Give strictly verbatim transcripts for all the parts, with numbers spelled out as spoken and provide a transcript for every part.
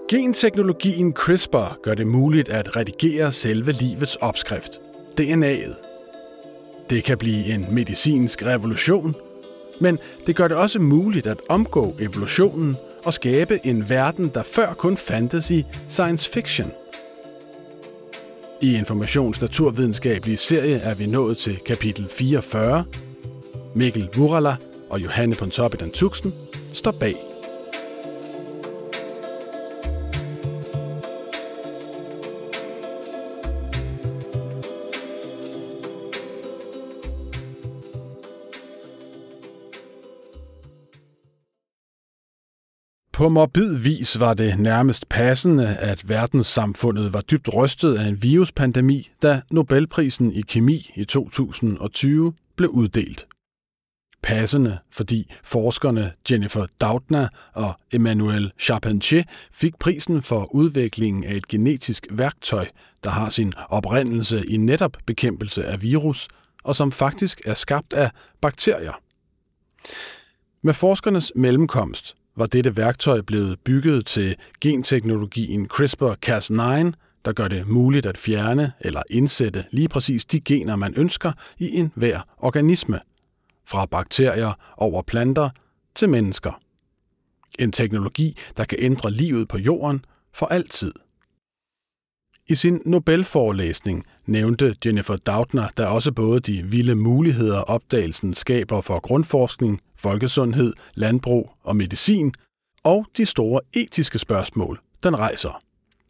Genteknologien CRISPR gør det muligt at redigere selve livets opskrift, D N A'et. Det kan blive en medicinsk revolution, men det gør det også muligt at omgå evolutionen og skabe en verden, der før kun fandtes i science fiction. I Informations naturvidenskabelige serie er vi nået til kapitel fireogfyrre. Mikkel Vurala og Johanne Pontoppidan Tuxen står bag. På morbid vis var det nærmest passende, at verdenssamfundet var dybt rystet af en viruspandemi, da Nobelprisen i kemi i to tusind og tyve blev uddelt. Passende, fordi forskerne Jennifer Doudna og Emmanuelle Charpentier fik prisen for udviklingen af et genetisk værktøj, der har sin oprindelse i netop bekæmpelse af virus, og som faktisk er skabt af bakterier. Med forskernes mellemkomst var dette værktøj blevet bygget til genteknologien CRISPR Cas nine, der gør det muligt at fjerne eller indsætte lige præcis de gener, man ønsker i enhver organisme, fra bakterier over planter til mennesker. En teknologi, der kan ændre livet på jorden for altid. I sin Nobelforelæsning nævnte Jennifer Doudna da også både de vilde muligheder opdagelsen skaber for grundforskning, folkesundhed, landbrug og medicin, og de store etiske spørgsmål, den rejser.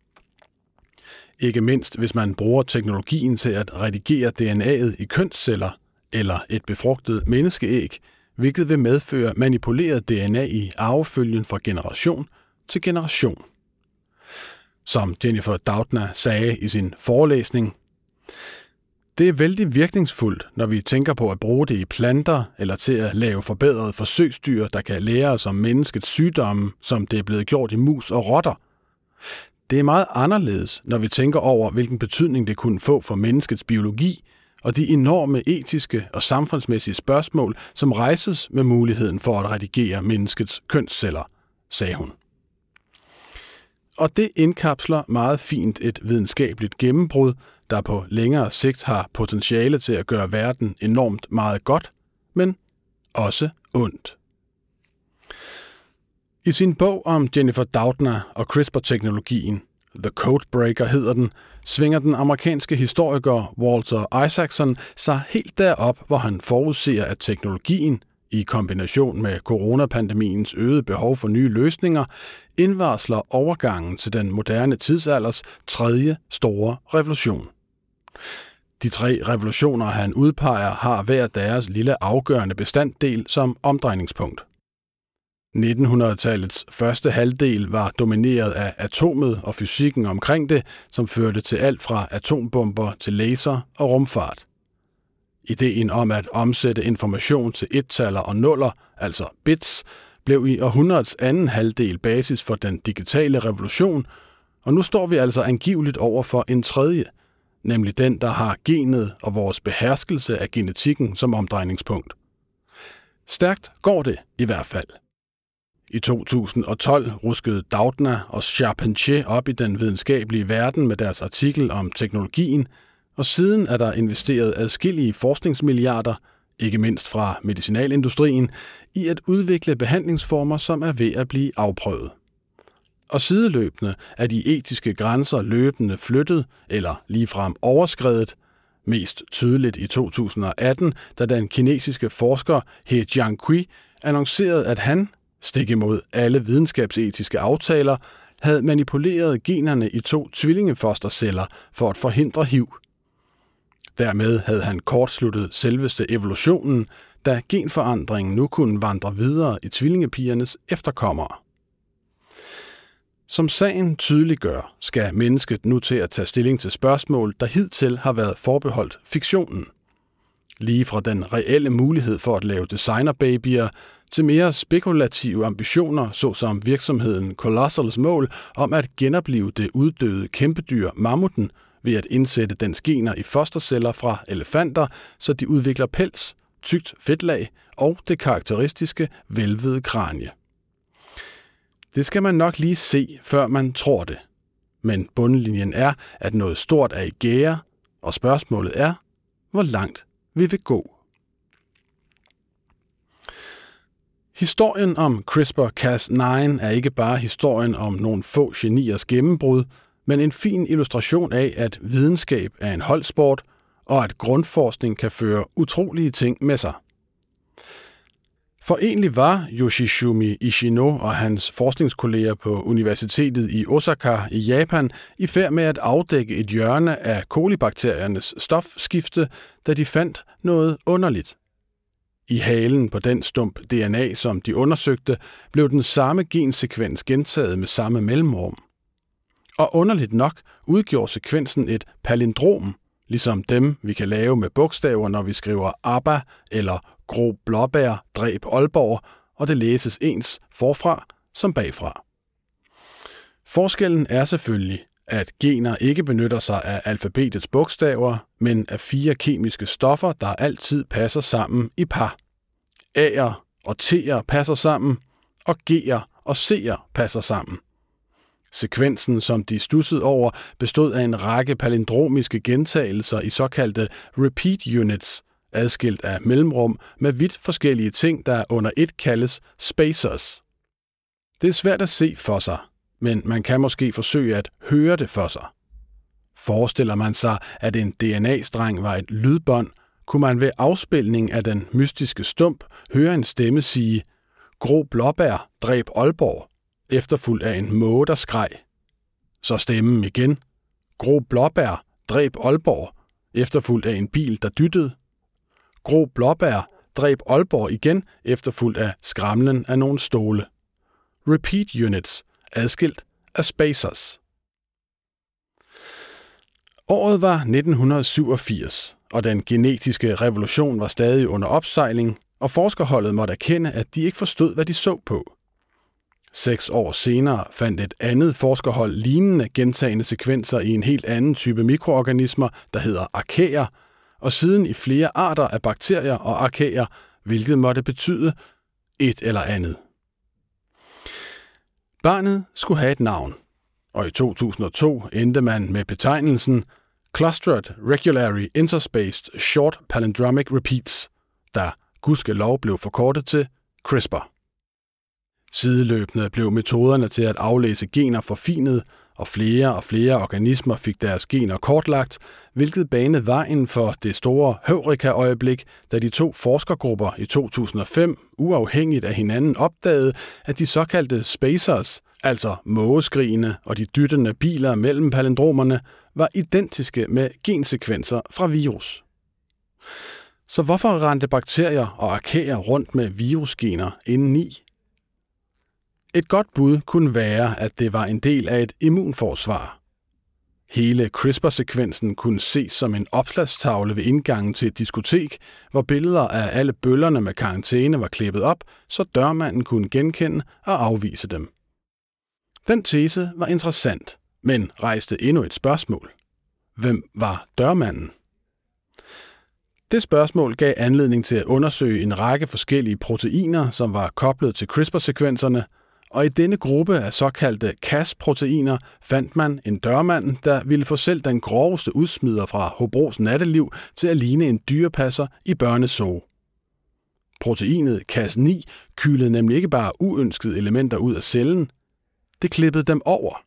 Ikke mindst hvis man bruger teknologien til at redigere D N A'et i kønsceller eller et befrugtet menneskeæg, hvilket vil medføre manipuleret D N A i arvefølgen fra generation til generation. Som Jennifer Doudna sagde i sin forelæsning, det er vældig virkningsfuldt, når vi tænker på at bruge det i planter eller til at lave forbedrede forsøgsdyr, der kan lære os om menneskets sygdomme, som det er blevet gjort i mus og rotter. Det er meget anderledes, når vi tænker over, hvilken betydning det kunne få for menneskets biologi og de enorme etiske og samfundsmæssige spørgsmål, som rejses med muligheden for at redigere menneskets kønsceller, sagde hun. Og det indkapsler meget fint et videnskabeligt gennembrud, der på længere sigt har potentiale til at gøre verden enormt meget godt, men også ondt. I sin bog om Jennifer Doudna og CRISPR-teknologien, The Codebreaker hedder den, svinger den amerikanske historiker Walter Isaacson sig helt derop, hvor han forudser, at teknologien, i kombination med coronapandemiens øgede behov for nye løsninger, indvarsler overgangen til den moderne tidsalders tredje store revolution. De tre revolutioner, han udpeger, har hver deres lille afgørende bestanddel som omdrejningspunkt. nitten hundrede-tallets første halvdel var domineret af atomet og fysikken omkring det, som førte til alt fra atombomber til laser og rumfart. Ideen om at omsætte information til ettaller og nuller, altså bits, blev i århundredets anden halvdel basis for den digitale revolution, og nu står vi altså angiveligt over for en tredje, nemlig den, der har genet og vores beherskelse af genetikken som omdrejningspunkt. Stærkt går det i hvert fald. I to tusind og tolv ruskede Doudna og Charpentier op i den videnskabelige verden med deres artikel om teknologien, og siden er der investeret adskillige forskningsmilliarder, ikke mindst fra medicinalindustrien, i at udvikle behandlingsformer, som er ved at blive afprøvet. Og sideløbende er de etiske grænser løbende flyttet eller ligefrem overskredet, mest tydeligt i to tusind og atten, da den kinesiske forsker He Jiankui annoncerede, at han, stik imod alle videnskabsetiske aftaler, havde manipuleret generne i to tvillingefosterceller for at forhindre H I V. Dermed havde han kortsluttet selveste evolutionen, da genforandringen nu kunne vandre videre i tvillingepigernes efterkommere. Som sagen tydeliggør, skal mennesket nu til at tage stilling til spørgsmål, der hidtil har været forbeholdt fiktionen. Lige fra den reelle mulighed for at lave designerbabyer, til mere spekulative ambitioner, såsom virksomheden Colossal's mål om at genoplive det uddøde kæmpedyr mammuten ved at indsætte dens gener i fosterceller fra elefanter, så de udvikler pels, tykt fedtlag og det karakteristiske velvede kranie. Det skal man nok lige se, før man tror det. Men bundlinjen er, at noget stort er i gære, og spørgsmålet er, hvor langt vi vil gå. Historien om CRISPR Cas ni er ikke bare historien om nogle få geniers gennembrud, men en fin illustration af, at videnskab er en holdsport, og at grundforskning kan føre utrolige ting med sig. For egentlig var Yoshizumi Ishino og hans forskningskolleger på universitetet i Osaka i Japan i færd med at afdække et hjørne af kolibakteriernes stofskifte, da de fandt noget underligt. I halen på den stump D N A, som de undersøgte, blev den samme gensekvens gentaget med samme mellemrum. Og underligt nok udgjorde sekvensen et palindrom, ligesom dem, vi kan lave med bogstaver, når vi skriver ABBA eller Gro Blåbær, dræb Aalborg, og det læses ens forfra som bagfra. Forskellen er selvfølgelig, at gener ikke benytter sig af alfabetets bogstaver, men af fire kemiske stoffer, der altid passer sammen i par. A'er og T'er passer sammen, og G'er og C'er passer sammen. Sekvensen, som de studsede over, bestod af en række palindromiske gentagelser i såkaldte repeat units, adskilt af mellemrum med vidt forskellige ting, der under et kaldes spacers. Det er svært at se for sig, men man kan måske forsøge at høre det for sig. Forestiller man sig, at en D N A-streng var et lydbånd, kunne man ved afspilning af den mystiske stump høre en stemme sige, Gro Blåbær, dræb Aalborg, efterfulgt af en måge, der skreg. Så stemmen igen, Gro Blåbær, dræb Aalborg, efterfulgt af en bil, der dyttede. Gro Blåbær, dræb Aalborg igen, efterfulgt af skramlen af nogle stole. Repeat units, adskilt af spacers. Året var nitten syvogfirs, og den genetiske revolution var stadig under opsejling, og forskerholdet måtte erkende, at de ikke forstod, hvad de så på. Seks år senere fandt et andet forskerhold lignende gentagende sekvenser i en helt anden type mikroorganismer, der hedder arkæer, og siden i flere arter af bakterier og arkæer, hvilket måtte betyde et eller andet. Barnet skulle have et navn, og i to tusind og to endte man med betegnelsen Clustered Regularly Interspaced Short Palindromic Repeats, der gudskelov blev forkortet til CRISPR. Sideløbende blev metoderne til at aflæse gener forfinet, og flere og flere organismer fik deres gener kortlagt, hvilket banede vejen for det store Heureka-øjeblik, da de to forskergrupper i to tusind og fem uafhængigt af hinanden opdagede, at de såkaldte spacers, altså mågeskrigene og de dyttende biler mellem palindromerne, var identiske med gensekvenser fra virus. Så hvorfor rendte bakterier og arkæer rundt med virusgener indeni? Et godt bud kunne være, at det var en del af et immunforsvar. Hele CRISPR-sekvensen kunne ses som en opslagstavle ved indgangen til et diskotek, hvor billeder af alle bøllerne med karantæne var klippet op, så dørmanden kunne genkende og afvise dem. Den tese var interessant, men rejste endnu et spørgsmål. Hvem var dørmanden? Det spørgsmål gav anledning til at undersøge en række forskellige proteiner, som var koblet til CRISPR-sekvenserne, og i denne gruppe af såkaldte Cas-proteiner fandt man en dørmand, der ville få selv den groveste udsmider fra Hobros natteliv til at ligne en dyrepasser i børnezoo. Proteinet Cas ni kylede nemlig ikke bare uønskede elementer ud af cellen, det klippede dem over.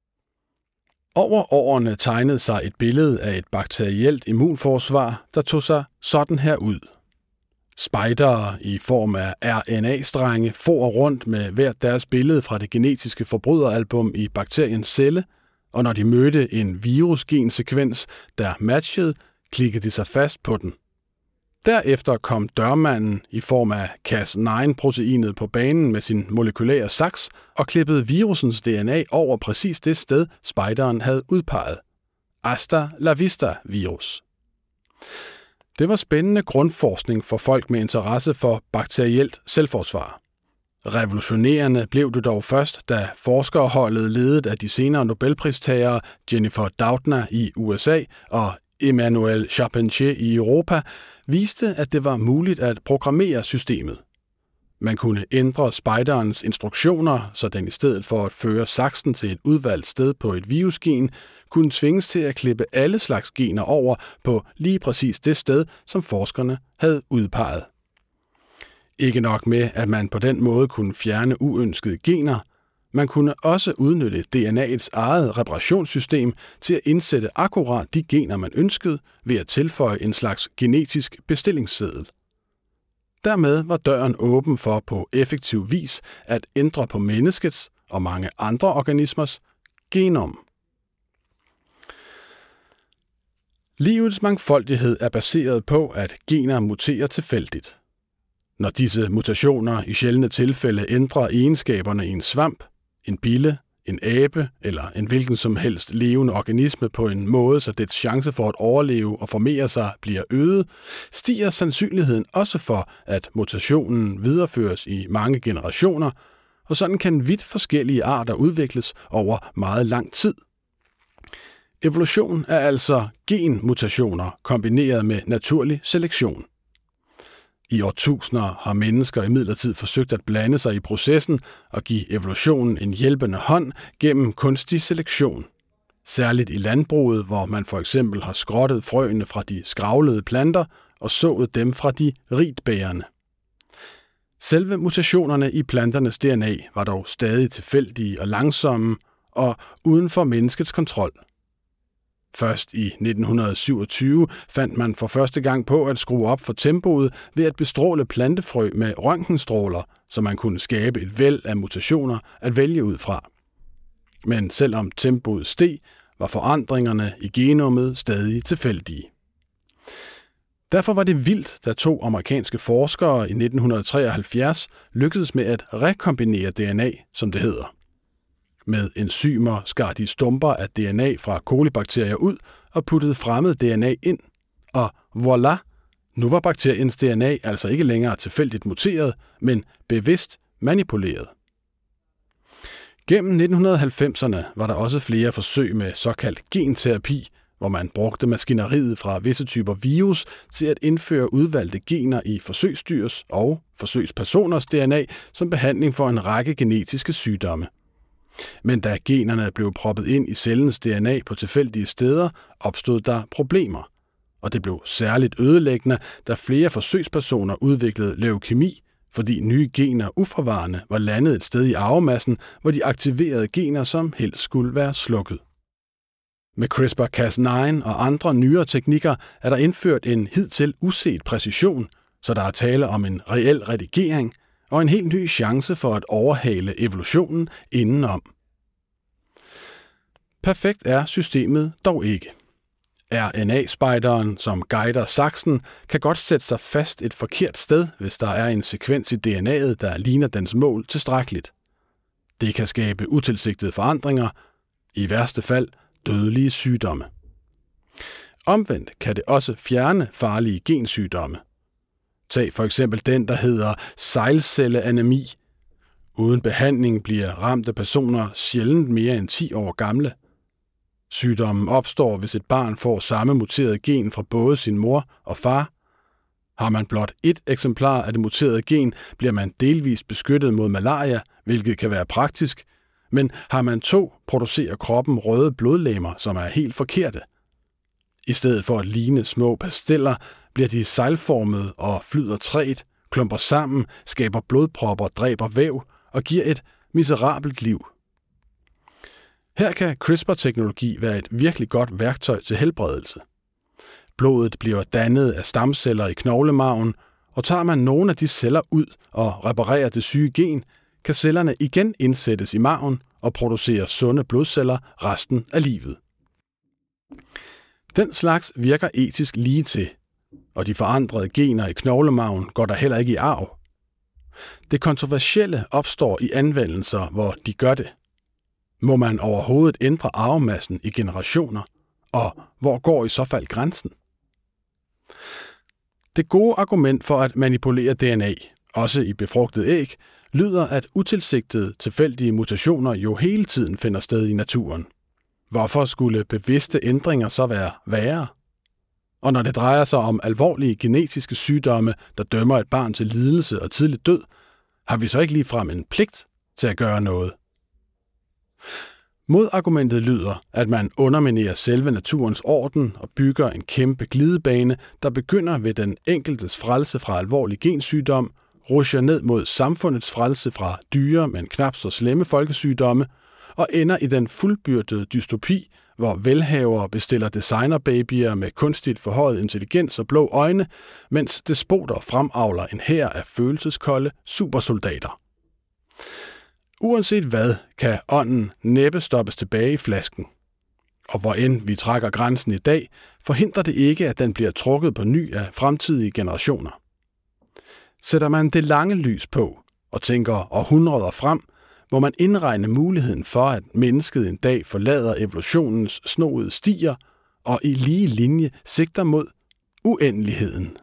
Over årene tegnede sig et billede af et bakterielt immunforsvar, der tog sig sådan her ud. Spejdere i form af R N A-strenge for rundt med hvert deres billede fra det genetiske forbryderalbum i bakteriens celle, og når de mødte en virusgensekvens, der matchede, klikkede de sig fast på den. Derefter kom dørmanden i form af Cas ni-proteinet på banen med sin molekylære saks og klippede virusens D N A over præcis det sted, spejderen havde udpeget. Hasta la vista virus. Det var spændende grundforskning for folk med interesse for bakterielt selvforsvar. Revolutionerende blev det dog først, da forskerholdet ledet af de senere Nobelpristagere Jennifer Doudna i U S A og Emmanuel Charpentier i Europa viste, at det var muligt at programmere systemet. Man kunne ændre spejderens instruktioner, så den i stedet for at føre saksen til et udvalgt sted på et virusgen, kunne tvinges til at klippe alle slags gener over på lige præcis det sted, som forskerne havde udpeget. Ikke nok med, at man på den måde kunne fjerne uønskede gener, man kunne også udnytte D N A's eget reparationssystem til at indsætte akkurat de gener, man ønskede, ved at tilføje en slags genetisk bestillingsseddel. Dermed var døren åben for på effektiv vis at ændre på menneskets og mange andre organismers genom. Livets mangfoldighed er baseret på, at gener muterer tilfældigt. Når disse mutationer i sjældne tilfælde ændrer egenskaberne i en svamp, en bille, en abe eller en hvilken som helst levende organisme på en måde, så dets chance for at overleve og formere sig bliver øget, stiger sandsynligheden også for, at mutationen videreføres i mange generationer, og sådan kan vidt forskellige arter udvikles over meget lang tid. Evolution er altså genmutationer kombineret med naturlig selektion. I årtusinder har mennesker imidlertid forsøgt at blande sig i processen og give evolutionen en hjælpende hånd gennem kunstig selektion. Særligt i landbruget, hvor man for eksempel har skrottet frøene fra de skravlede planter og sået dem fra de rigtbærende. Selve mutationerne i planternes D N A var dog stadig tilfældige og langsomme og uden for menneskets kontrol. Først i nitten syvogtyve fandt man for første gang på at skrue op for tempoet ved at bestråle plantefrø med røntgenstråler, så man kunne skabe et væld af mutationer at vælge ud fra. Men selvom tempoet steg, var forandringerne i genomet stadig tilfældige. Derfor var det vildt, da to amerikanske forskere i nitten treoghalvfjerds lykkedes med at rekombinere D N A, som det hedder. Med enzymer skar de stumper af D N A fra kolibakterier ud og puttede fremmed D N A ind. Og voilà, nu var bakteriens D N A altså ikke længere tilfældigt muteret, men bevidst manipuleret. Gennem nitten halvfemserne var der også flere forsøg med såkaldt genterapi, hvor man brugte maskineriet fra visse typer virus til at indføre udvalgte gener i forsøgsdyrs og forsøgspersoners D N A som behandling for en række genetiske sygdomme. Men da generne blev proppet ind i cellens D N A på tilfældige steder, opstod der problemer. Og det blev særligt ødelæggende, da flere forsøgspersoner udviklede leukemi, fordi nye gener uforvarende var landet et sted i arvemassen, hvor de aktiverede gener, som helst skulle være slukket. Med CRISPR Cas ni og andre nyere teknikker er der indført en hidtil uset præcision, så der er tale om en reel redigering og en helt ny chance for at overhale evolutionen indenom. Perfekt er systemet dog ikke. R N A-spejderen, som guider saksen, kan godt sætte sig fast et forkert sted, hvis der er en sekvens i D N A'et, der ligner dens mål tilstrækkeligt. Det kan skabe utilsigtede forandringer, i værste fald dødelige sygdomme. Omvendt kan det også fjerne farlige gensygdomme. Tag for eksempel den, der hedder sejlcelleanemi. Uden behandling bliver ramte personer sjældent mere end ti år gamle. Sygdommen opstår, hvis et barn får samme muterede gen fra både sin mor og far. Har man blot et eksemplar af det muterede gen, bliver man delvist beskyttet mod malaria, hvilket kan være praktisk, men har man to, producerer kroppen røde blodlegemer, som er helt forkerte. I stedet for at ligne små pasteller, bliver de sejlformede og flyder træt, klumper sammen, skaber blodpropper, dræber væv og giver et miserabelt liv. Her kan CRISPR-teknologi være et virkelig godt værktøj til helbredelse. Blodet bliver dannet af stamceller i knoglemarven, og tager man nogle af de celler ud og reparerer det syge gen, kan cellerne igen indsættes i marven og producere sunde blodceller resten af livet. Den slags virker etisk lige til, og de forandrede gener i knoglemarven går der heller ikke i arv. Det kontroversielle opstår i anvendelser, hvor de gør det. Må man overhovedet ændre arvemassen i generationer, og hvor går i så fald grænsen? Det gode argument for at manipulere D N A, også i befrugtet æg, lyder, at utilsigtede tilfældige mutationer jo hele tiden finder sted i naturen. Hvorfor skulle bevidste ændringer så være værre? Og når det drejer sig om alvorlige genetiske sygdomme, der dømmer et barn til lidelse og tidlig død, har vi så ikke ligefrem en pligt til at gøre noget? Modargumentet lyder, at man underminerer selve naturens orden og bygger en kæmpe glidebane, der begynder ved den enkeltes frelse fra alvorlig gensygdom, rusher ned mod samfundets frelse fra dyre, men knap så slemme folkesygdomme, og ender i den fuldbyrdede dystopi, hvor velhavere bestiller designerbabyer med kunstigt forhøjet intelligens og blå øjne, mens despoter fremavler en hær af følelseskolde supersoldater. Uanset hvad, kan ånden næppe stoppes tilbage i flasken. Og hvor end vi trækker grænsen i dag, forhindrer det ikke, at den bliver trukket på ny af fremtidige generationer. Sætter man det lange lys på og tænker århundreder frem, må man indregne muligheden for, at mennesket en dag forlader evolutionens snoede stier og i lige linje sigter mod uendeligheden.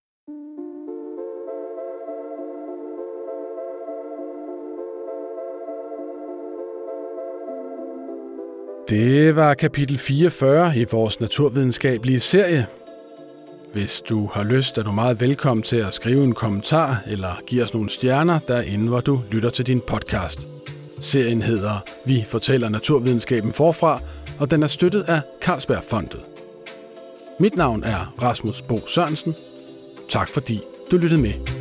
Det var kapitel fireogfyrre i vores naturvidenskabelige serie. Hvis du har lyst, er du meget velkommen til at skrive en kommentar eller give os nogle stjerner derinde, hvor du lytter til din podcast. Serien hedder Vi fortæller naturvidenskaben forfra, og den er støttet af Carlsbergfondet. Mit navn er Rasmus Bo Sørensen. Tak fordi du lyttede med.